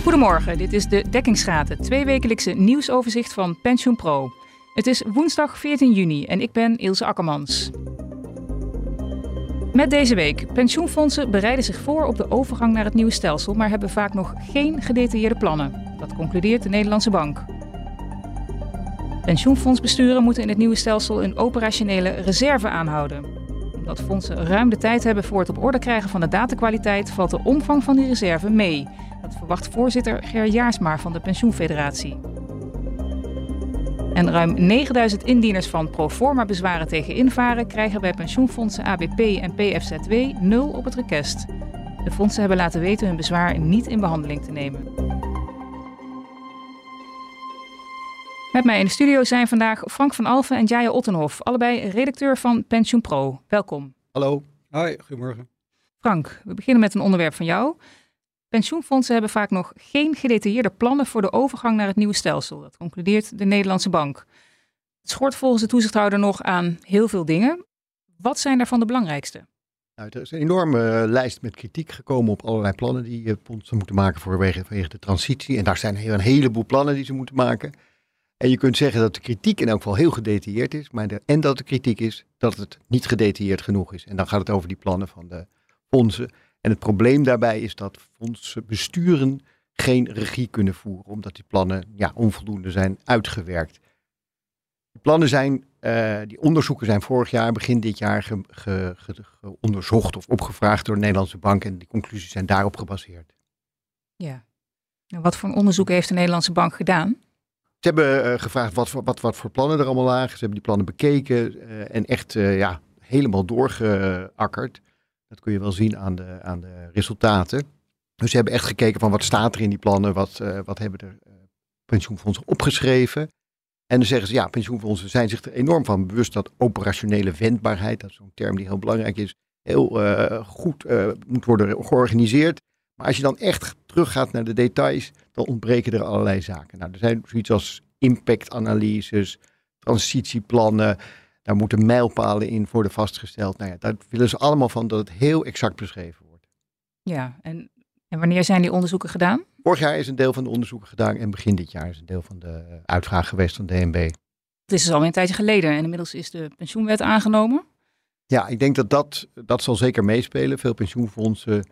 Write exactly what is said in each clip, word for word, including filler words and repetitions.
Goedemorgen, dit is de Dekkingsgraad, het tweewekelijkse nieuwsoverzicht van PensioenPro. Het is woensdag veertien juni en ik ben Ilse Akkermans. Met deze week. Pensioenfondsen bereiden zich voor op de overgang naar het nieuwe stelsel, maar hebben vaak nog geen gedetailleerde plannen. Dat concludeert de Nederlandse Bank. Pensioenfondsbesturen moeten in het nieuwe stelsel een operationele reserve aanhouden. Omdat fondsen ruim de tijd hebben voor het op orde krijgen van de datakwaliteit, valt de omvang van die reserve mee. Dat verwacht voorzitter Ger Jaarsma van de Pensioenfederatie. En ruim negenduizend indieners van proforma bezwaren tegen invaren krijgen bij pensioenfondsen A B P en P F Z W nul op het rekest. De fondsen hebben laten weten hun bezwaar niet in behandeling te nemen. Met mij in de studio zijn vandaag Frank van Alphen en Jaya Ottenhoff, allebei redacteur van PensioenPro. Welkom. Hallo. Hoi, goedemorgen. Frank, we beginnen met een onderwerp van jou. Pensioenfondsen hebben vaak nog geen gedetailleerde plannen voor de overgang naar het nieuwe stelsel. Dat concludeert de Nederlandse Bank. Het schort volgens de toezichthouder nog aan heel veel dingen. Wat zijn daarvan de belangrijkste? Nou, er is een enorme lijst met kritiek gekomen op allerlei plannen die fondsen moeten maken vanwege, vanwege de transitie. En daar zijn heel, een heleboel plannen die ze moeten maken. En je kunt zeggen dat de kritiek in elk geval heel gedetailleerd is. Maar de, en dat de kritiek is dat het niet gedetailleerd genoeg is. En dan gaat het over die plannen van de fondsen. En het probleem daarbij is dat fondsbesturen geen regie kunnen voeren, omdat die plannen ja, onvoldoende zijn uitgewerkt. Die plannen zijn, uh, die onderzoeken zijn vorig jaar, begin dit jaar, ge, ge, ge, ge onderzocht of opgevraagd door de Nederlandse Bank en die conclusies zijn daarop gebaseerd. Ja. En wat voor een onderzoek heeft de Nederlandse Bank gedaan? Ze hebben uh, gevraagd wat, wat, wat voor plannen er allemaal lagen. Ze hebben die plannen bekeken uh, en echt uh, ja, helemaal doorgeakkerd. Dat kun je wel zien aan de, aan de resultaten. Dus ze hebben echt gekeken van wat staat er in die plannen, wat, uh, wat hebben de uh, pensioenfondsen opgeschreven. En dan zeggen ze, ja, pensioenfondsen zijn zich er enorm van bewust dat operationele wendbaarheid, dat is zo'n term die heel belangrijk is, heel uh, goed uh, moet worden georganiseerd. Maar als je dan echt teruggaat naar de details, dan ontbreken er allerlei zaken. Nou, er zijn zoiets als impactanalyses, transitieplannen. Daar moeten mijlpalen in worden vastgesteld. Nou ja, daar willen ze allemaal van dat het heel exact beschreven wordt. Ja, en, en wanneer zijn die onderzoeken gedaan? Vorig jaar is een deel van de onderzoeken gedaan en begin dit jaar is een deel van de uitvraag geweest van D N B. Het is dus alweer een tijdje geleden en inmiddels is de pensioenwet aangenomen. Ja, ik denk dat dat, dat zal zeker meespelen. Veel pensioenfondsen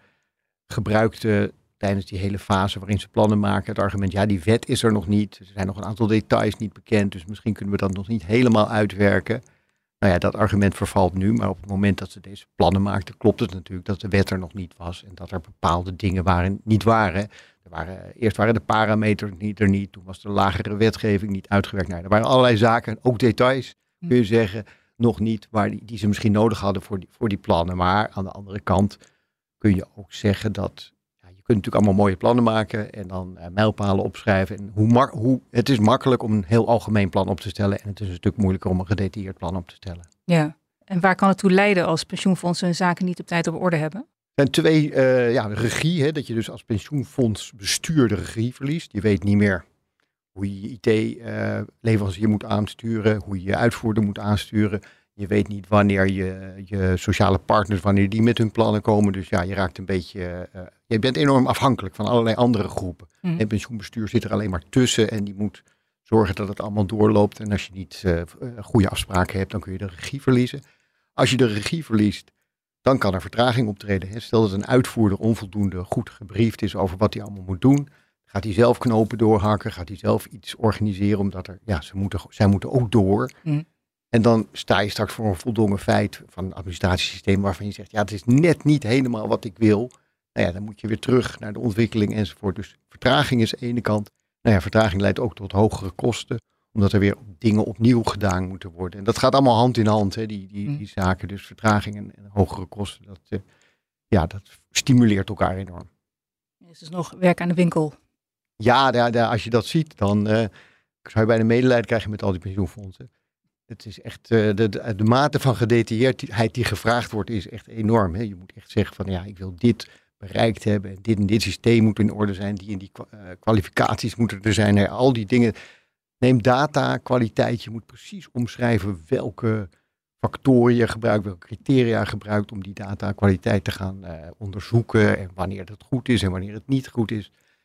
gebruikten tijdens die hele fase waarin ze plannen maken het argument, ja, die wet is er nog niet. Er zijn nog een aantal details niet bekend, dus misschien kunnen we dat nog niet helemaal uitwerken. Nou ja, dat argument vervalt nu, maar op het moment dat ze deze plannen maakten, klopt het natuurlijk dat de wet er nog niet was en dat er bepaalde dingen waren, niet waren. Er waren. Eerst waren de parameters niet er niet, toen was de lagere wetgeving niet uitgewerkt. Nou, er waren allerlei zaken, ook details, kun je zeggen, nog niet, waar die, die ze misschien nodig hadden voor die, voor die plannen. Maar aan de andere kant kun je ook zeggen dat ja, je kunt natuurlijk allemaal mooie plannen maken en dan uh, mijlpalen opschrijven. En hoe ma- hoe, het is makkelijk om een heel algemeen plan op te stellen en het is een stuk moeilijker om een gedetailleerd plan op te stellen. Ja, en waar kan het toe leiden als pensioenfondsen hun zaken niet op tijd op orde hebben? Er zijn twee, uh, ja, regie, hè, dat je dus als pensioenfondsbestuur de regie verliest. Je weet niet meer hoe je je I T-leverancier uh, moet aansturen, hoe je je uitvoerder moet aansturen. Je weet niet wanneer je, je sociale partners, wanneer die met hun plannen komen. Dus ja, je raakt een beetje, uh, je bent enorm afhankelijk van allerlei andere groepen. Mm. En pensioenbestuur zit er alleen maar tussen en die moet zorgen dat het allemaal doorloopt. En als je niet uh, goede afspraken hebt, dan kun je de regie verliezen. Als je de regie verliest, dan kan er vertraging optreden. Hè. Stel dat een uitvoerder onvoldoende goed gebriefd is over wat hij allemaal moet doen. Gaat hij zelf knopen doorhakken? Gaat hij zelf iets organiseren? Omdat er, ja, ze moeten, zij moeten ook door. Mm. En dan sta je straks voor een voldongen feit van een administratiesysteem waarvan je zegt, ja, het is net niet helemaal wat ik wil. Nou ja, dan moet je weer terug naar de ontwikkeling enzovoort. Dus vertraging is de ene kant. Nou ja, vertraging leidt ook tot hogere kosten, omdat er weer dingen opnieuw gedaan moeten worden. En dat gaat allemaal hand in hand, hè, die, die, die zaken. Dus vertraging en, en hogere kosten, dat, uh, ja, dat stimuleert elkaar enorm. Er is dus nog werk aan de winkel. Ja, daar, daar, als je dat ziet, dan uh, zou je bijna medelijden krijgen met al die pensioenfondsen. Het is echt, uh, de, de, de mate van gedetailleerdheid die gevraagd wordt is echt enorm. Hè? Je moet echt zeggen van ja, ik wil dit bereikt hebben. En dit en dit systeem moet in orde zijn. Die en die uh, kwalificaties moeten er zijn. Hè? Al die dingen. Neem data, kwaliteit. Je moet precies omschrijven welke factoren je gebruikt, welke criteria je gebruikt om die data kwaliteit te gaan uh, onderzoeken. En wanneer het goed is en wanneer het niet goed is.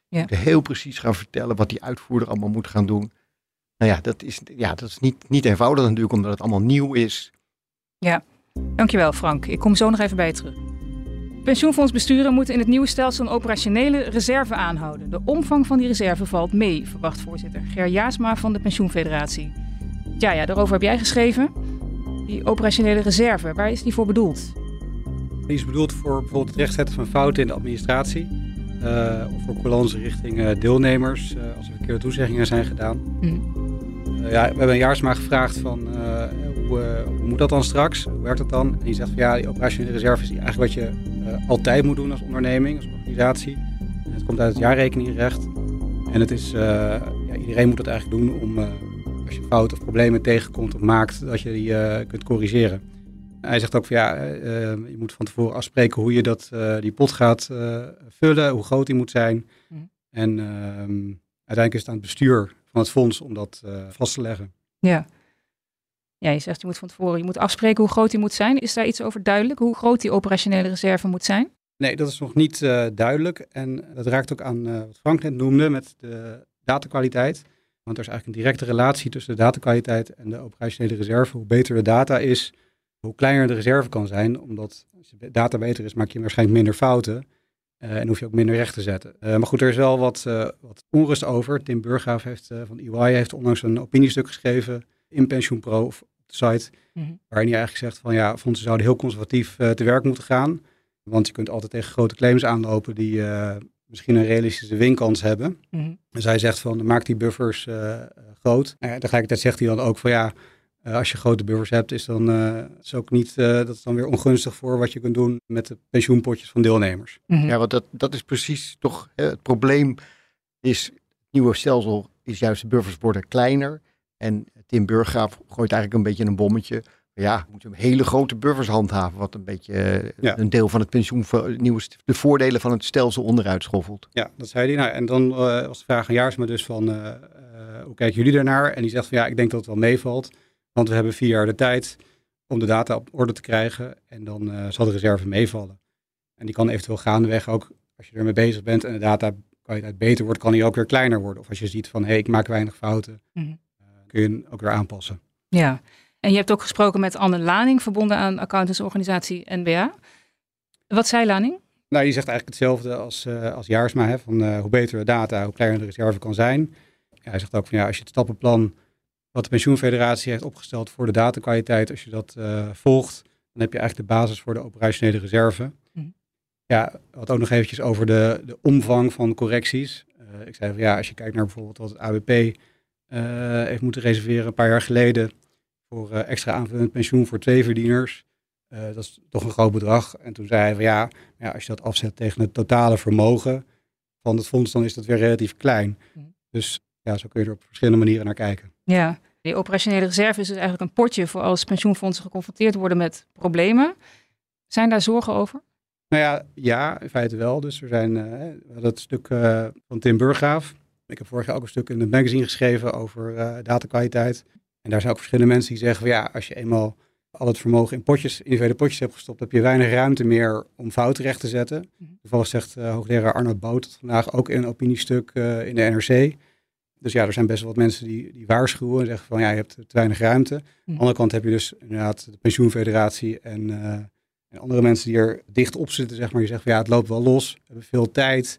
Ja. Moeten heel precies gaan vertellen wat die uitvoerder allemaal moet gaan doen. Nou ja, dat is, ja, dat is niet, niet eenvoudig natuurlijk, omdat het allemaal nieuw is. Ja, dankjewel Frank. Ik kom zo nog even bij je terug. Pensioenfondsbesturen moeten in het nieuwe stelsel een operationele reserve aanhouden. De omvang van die reserve valt mee, verwacht voorzitter Ger Jaasma van de Pensioenfederatie. Ja, ja, daarover heb jij geschreven. Die operationele reserve, waar is die voor bedoeld? Die is bedoeld voor bijvoorbeeld het rechtzetten van fouten in de administratie. Uh, of voor coulance richting uh, deelnemers, uh, als er verkeerde toezeggingen zijn gedaan. Mm. Uh, ja, we hebben Jaarsma gevraagd van uh, hoe, uh, hoe moet dat dan straks? Hoe werkt dat dan? En die zegt van ja, die operationele reserve is eigenlijk wat je uh, altijd moet doen als onderneming, als organisatie. En het komt uit het jaarrekeningrecht. En het is, uh, ja, iedereen moet dat eigenlijk doen om, uh, als je fouten of problemen tegenkomt of maakt, dat je die uh, kunt corrigeren. Hij zegt ook van ja, uh, je moet van tevoren afspreken hoe je dat, uh, die pot gaat uh, vullen, hoe groot die moet zijn. Mm. En uh, uiteindelijk is het aan het bestuur van het fonds om dat uh, vast te leggen. Ja. Ja, je zegt je moet van tevoren je moet afspreken hoe groot die moet zijn. Is daar iets over duidelijk, hoe groot die operationele reserve moet zijn? Nee, dat is nog niet uh, duidelijk. En dat raakt ook aan uh, wat Frank net noemde met de datakwaliteit. Want er is eigenlijk een directe relatie tussen de datakwaliteit en de operationele reserve. Hoe beter de data is, hoe kleiner de reserve kan zijn. Omdat als de data beter is, maak je waarschijnlijk minder fouten. Uh, en hoef je ook minder recht te zetten. Uh, maar goed, er is wel wat, uh, wat onrust over. Tim Burggraaf heeft, uh, van E Y heeft onlangs een opiniestuk geschreven in PensioenPro op de site. Mm-hmm. Waarin hij eigenlijk zegt van ja, fondsen zouden heel conservatief uh, te werk moeten gaan. Want je kunt altijd tegen grote claims aanlopen die uh, misschien een realistische winkans hebben. Mm-hmm. Dus hij zegt van maak die buffers uh, groot. En tegelijkertijd zegt hij dan ook van ja, Uh, als je grote buffers hebt, is dan uh, is ook niet uh, dat is dan weer ongunstig voor wat je kunt doen met de pensioenpotjes van deelnemers. Mm-hmm. Ja, want dat, dat is precies toch hè, het probleem. Is het nieuwe stelsel is juist de buffers worden kleiner. En Tim Burggraaf gooit eigenlijk een beetje een bommetje. Ja, we moeten hele grote buffers handhaven, wat een beetje uh, ja. een deel van het pensioen, nieuwe, de voordelen van het stelsel onderuit schoffelt. Ja, dat zei hij. Nou, en dan uh, was de vraag aan Jaarsma dus van, uh, uh, hoe kijken jullie daarnaar? En die zegt van ja, ik denk dat het wel meevalt. Want we hebben vier jaar de tijd om de data op orde te krijgen en dan uh, zal de reserve meevallen. En die kan eventueel gaandeweg ook, als je ermee bezig bent en de datakwaliteit beter wordt, kan die ook weer kleiner worden. Of als je ziet van, hé, hey, ik maak weinig fouten, mm-hmm. uh, kun je hem ook weer aanpassen. Ja, en je hebt ook gesproken met Anne Laning, verbonden aan accountantsorganisatie N B A. Wat zei Laning? Nou, die zegt eigenlijk hetzelfde als, uh, als Jaarsma, hè, van uh, hoe beter de data, hoe kleiner de reserve kan zijn. Ja, hij zegt ook van, ja, als je het stappenplan wat de Pensioenfederatie heeft opgesteld voor de datakwaliteit, als je dat uh, volgt, dan heb je eigenlijk de basis voor de operationele reserve. Mm. Ja, wat ook nog eventjes over de, de omvang van correcties. Uh, ik zei van ja, als je kijkt naar bijvoorbeeld wat het A B P uh, heeft moeten reserveren een paar jaar geleden voor uh, extra aanvullend pensioen voor twee verdieners. Uh, dat is toch een groot bedrag. En toen zei hij van ja, ja, als je dat afzet tegen het totale vermogen van het fonds, dan is dat weer relatief klein. Mm. Dus ja, zo kun je er op verschillende manieren naar kijken. Ja, die operationele reserve is dus eigenlijk een potje voor als pensioenfondsen geconfronteerd worden met problemen. Zijn daar zorgen over? Nou ja, ja, in feite wel. Dus er zijn uh, dat stuk uh, van Tim Burggraaf. Ik heb vorig jaar ook een stuk in het magazine geschreven over uh, datakwaliteit. En daar zijn ook verschillende mensen die zeggen van ja, als je eenmaal al het vermogen in potjes, individuele potjes hebt gestopt, heb je weinig ruimte meer om fouten recht te zetten. Mm-hmm. Toevallig zegt uh, hoogleraar Arnoud Boot vandaag ook in een opiniestuk uh, in de N R C. Dus ja, er zijn best wel wat mensen die, die waarschuwen en zeggen van ja, je hebt te weinig ruimte. Mm. Aan de andere kant heb je dus inderdaad de Pensioenfederatie en, uh, en andere mensen die er dicht op zitten, zeg maar. Die zeggen van ja, het loopt wel los, we hebben veel tijd.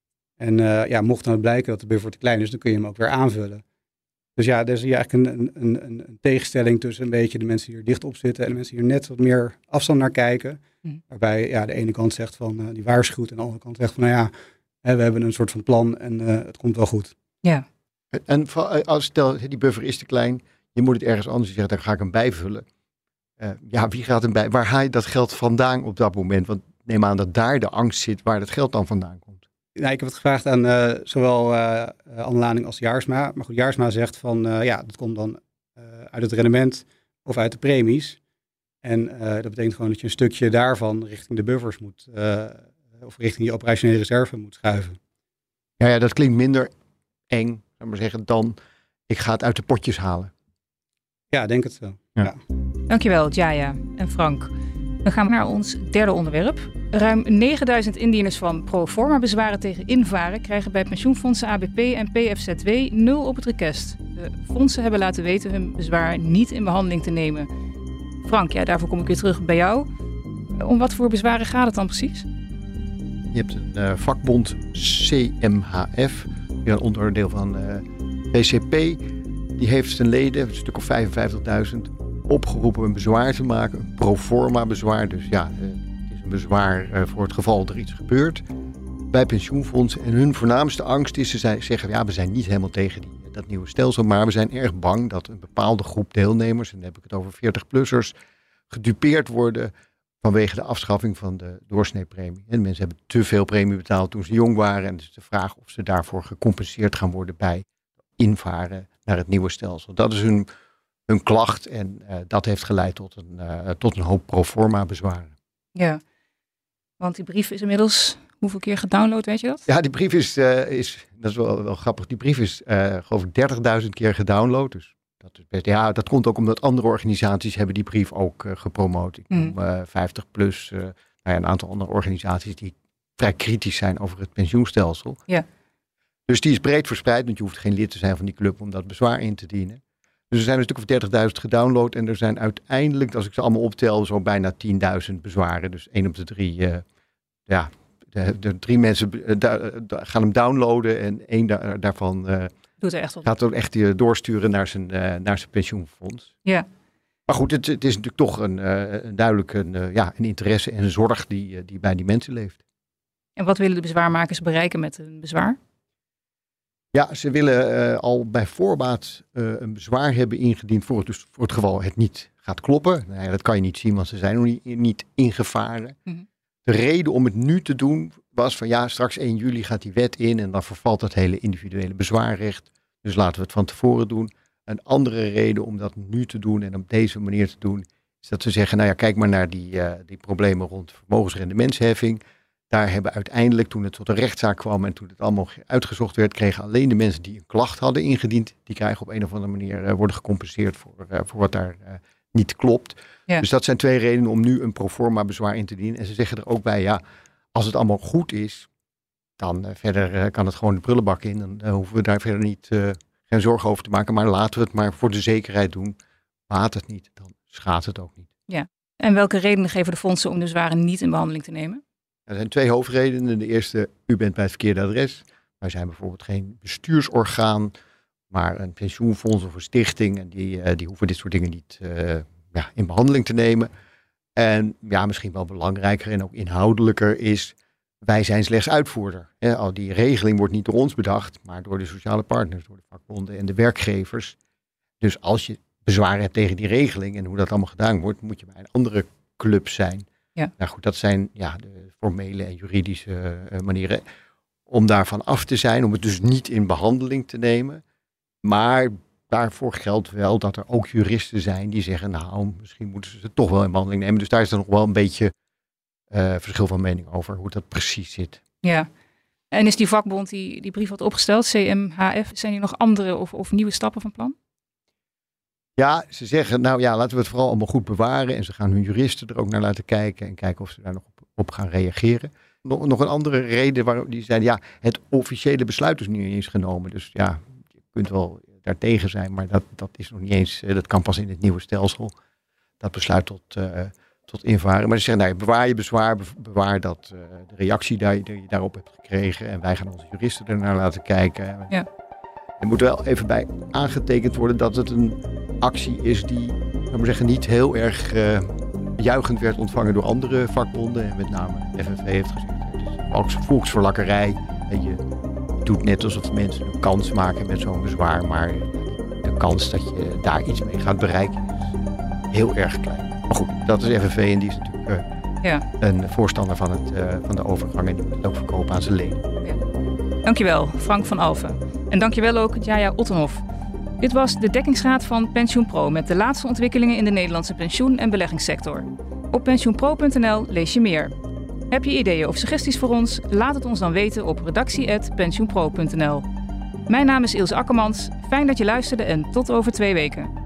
En uh, ja, mocht dan blijken dat de buffer te klein is, dan kun je hem ook weer aanvullen. Dus ja, er is hier eigenlijk een, een, een, een tegenstelling tussen een beetje de mensen die er dicht op zitten en de mensen die er net wat meer afstand naar kijken. Mm. Waarbij ja, de ene kant zegt van uh, die waarschuwt en de andere kant zegt van nou ja, hè, we hebben een soort van plan en uh, het komt wel goed. Ja. En als stel, die buffer is te klein, je moet het ergens anders zeggen, dan ga ik hem bijvullen. Uh, ja, wie gaat hem bij? Waar haal je dat geld vandaan op dat moment? Want neem aan dat daar de angst zit waar dat geld dan vandaan komt. Nou, ik heb het gevraagd aan uh, zowel uh, Anne Laning als Jaarsma. Maar goed, Jaarsma zegt van uh, ja, dat komt dan uh, uit het rendement of uit de premies. En uh, dat betekent gewoon dat je een stukje daarvan richting de buffers moet, uh, of richting die operationele reserve moet schuiven. Ja, ja, dat klinkt minder eng, zou maar zeggen, dan ik ga het uit de potjes halen. Ja, denk het wel. Ja. Ja. Dankjewel, Jaya en Frank. Dan gaan we naar ons derde onderwerp. Ruim negenduizend indieners van proforma bezwaren tegen invaren krijgen bij pensioenfondsen A B P en P F Z W nul op het rekest. De fondsen hebben laten weten hun bezwaar niet in behandeling te nemen. Frank, ja, daarvoor kom ik weer terug bij jou. Om wat voor bezwaren gaat het dan precies? Je hebt een uh, vakbond C M H F, een onderdeel van uh, P C P. Die heeft zijn leden, een stuk of vijfenvijftigduizend, opgeroepen een bezwaar te maken. Een proforma bezwaar. Dus ja, uh, het is een bezwaar uh, voor het geval er iets gebeurt bij pensioenfondsen. En hun voornaamste angst is, ze zeggen, ja, we zijn niet helemaal tegen die, dat nieuwe stelsel, maar we zijn erg bang dat een bepaalde groep deelnemers, en dan heb ik het over veertig-plussers, gedupeerd worden vanwege de afschaffing van de doorsneepremie. En mensen hebben te veel premie betaald toen ze jong waren. En het is de vraag of ze daarvoor gecompenseerd gaan worden bij invaren naar het nieuwe stelsel. Dat is hun, hun klacht en uh, dat heeft geleid tot een, uh, tot een hoop proforma bezwaren. Ja, want die brief is inmiddels hoeveel keer gedownload, weet je dat? Ja, die brief is, uh, is dat is wel, wel grappig, die brief is uh, geloof ik dertigduizend keer gedownload. Dus dat is best, ja, dat komt ook omdat andere organisaties hebben die brief ook uh, gepromoot. Ik noem uh, vijftig plus, uh, nou ja, een aantal andere organisaties die vrij kritisch zijn over het pensioenstelsel. Ja. Dus die is breed verspreid, want je hoeft geen lid te zijn van die club om dat bezwaar in te dienen. Dus er zijn een stuk of dertigduizend gedownload en er zijn uiteindelijk, als ik ze allemaal optel, zo bijna tienduizend bezwaren. Dus één op de drie, uh, ja, de, de drie mensen uh, da, da, gaan hem downloaden en één da, daarvan uh, Doet er echt wat. gaat ook echt uh, doorsturen naar zijn, uh, naar zijn pensioenfonds. Ja. Maar goed, het, het is natuurlijk toch een, uh, een duidelijk een, uh, ja, een interesse en een zorg die, uh, die bij die mensen leeft. En wat willen de bezwaarmakers bereiken met een bezwaar? Ja, ze willen uh, al bij voorbaat uh, een bezwaar hebben ingediend voor het, dus voor het geval het niet gaat kloppen. Nou ja, dat kan je niet zien, want ze zijn nog niet, niet ingevaren. Mm-hmm. De reden om het nu te doen was van ja, straks één juli gaat die wet in en dan vervalt dat hele individuele bezwaarrecht. Dus laten we het van tevoren doen. Een andere reden om dat nu te doen en op deze manier te doen, is dat ze zeggen, nou ja, kijk maar naar die, uh, die problemen rond vermogensrendementsheffing. Daar hebben uiteindelijk, toen het tot een rechtszaak kwam en toen het allemaal uitgezocht werd, kregen alleen de mensen die een klacht hadden ingediend, die krijgen op een of andere manier, uh, worden gecompenseerd voor, uh, voor wat daar uh, niet klopt. Ja. Dus dat zijn twee redenen om nu een proforma bezwaar in te dienen. En ze zeggen er ook bij, ja, als het allemaal goed is, dan uh, verder uh, kan het gewoon de prullenbak in. Dan uh, hoeven we daar verder niet, uh, geen zorgen over te maken. Maar laten we het maar voor de zekerheid doen. Baat het niet, dan schaadt het ook niet. Ja. En welke redenen geven de fondsen om de bezwaren niet in behandeling te nemen? Er zijn twee hoofdredenen. De eerste, u bent bij het verkeerde adres. Wij zijn bijvoorbeeld geen bestuursorgaan, maar een pensioenfonds of een stichting. En die, uh, die hoeven dit soort dingen niet uh, ja, in behandeling te nemen. En ja, misschien wel belangrijker en ook inhoudelijker is, wij zijn slechts uitvoerder. He, al die regeling wordt niet door ons bedacht, maar door de sociale partners, door de vakbonden en de werkgevers. Dus als je bezwaar hebt tegen die regeling en hoe dat allemaal gedaan wordt, moet je bij een andere club zijn. Ja. Nou goed, dat zijn ja, de formele en juridische uh, manieren om daarvan af te zijn, om het dus niet in behandeling te nemen. Maar daarvoor geldt wel dat er ook juristen zijn die zeggen, nou, misschien moeten ze het toch wel in behandeling nemen. Dus daar is er nog wel een beetje uh, verschil van mening over hoe dat precies zit. Ja, en is die vakbond die die brief had opgesteld, C M H F, zijn er nog andere of, of nieuwe stappen van plan? Ja, ze zeggen, nou ja, laten we het vooral allemaal goed bewaren. En ze gaan hun juristen er ook naar laten kijken en kijken of ze daar nog op, op gaan reageren. Nog, nog een andere reden waarom die zeiden, ja, het officiële besluit is nu niet eens genomen. Dus ja, je kunt wel daartegen zijn, maar dat, dat is nog niet eens, dat kan pas in het nieuwe stelsel. Dat besluit tot, uh, tot invaren. Maar ze zeggen, nou, bewaar je bezwaar, bewaar dat uh, de reactie die je daarop hebt gekregen. En wij gaan onze juristen er naar laten kijken. Ja. Er moet wel even bij aangetekend worden dat het een actie is die, zou maar zeggen, niet heel erg uh, juichend werd ontvangen door andere vakbonden. En met name F N V heeft gezegd, het is volksverlakkerij. En je doet net alsof mensen een kans maken met zo'n bezwaar. Maar de kans dat je daar iets mee gaat bereiken is heel erg klein. Maar goed, dat is F N V en die is natuurlijk uh, ja. een voorstander van, het, uh, van de overgang. En die moet het ook verkopen aan zijn leden. Ja. Dankjewel, Frank van Alphen. En dankjewel ook, Jaja Ottenhoff. Dit was de dekkingsraad van PensioenPro met de laatste ontwikkelingen in de Nederlandse pensioen- en beleggingssector. Op pensioenpro punt n l lees je meer. Heb je ideeën of suggesties voor ons? Laat het ons dan weten op redactie apenstaartje pensioenpro punt n l. Mijn naam is Ilse Akkermans. Fijn dat je luisterde en tot over twee weken.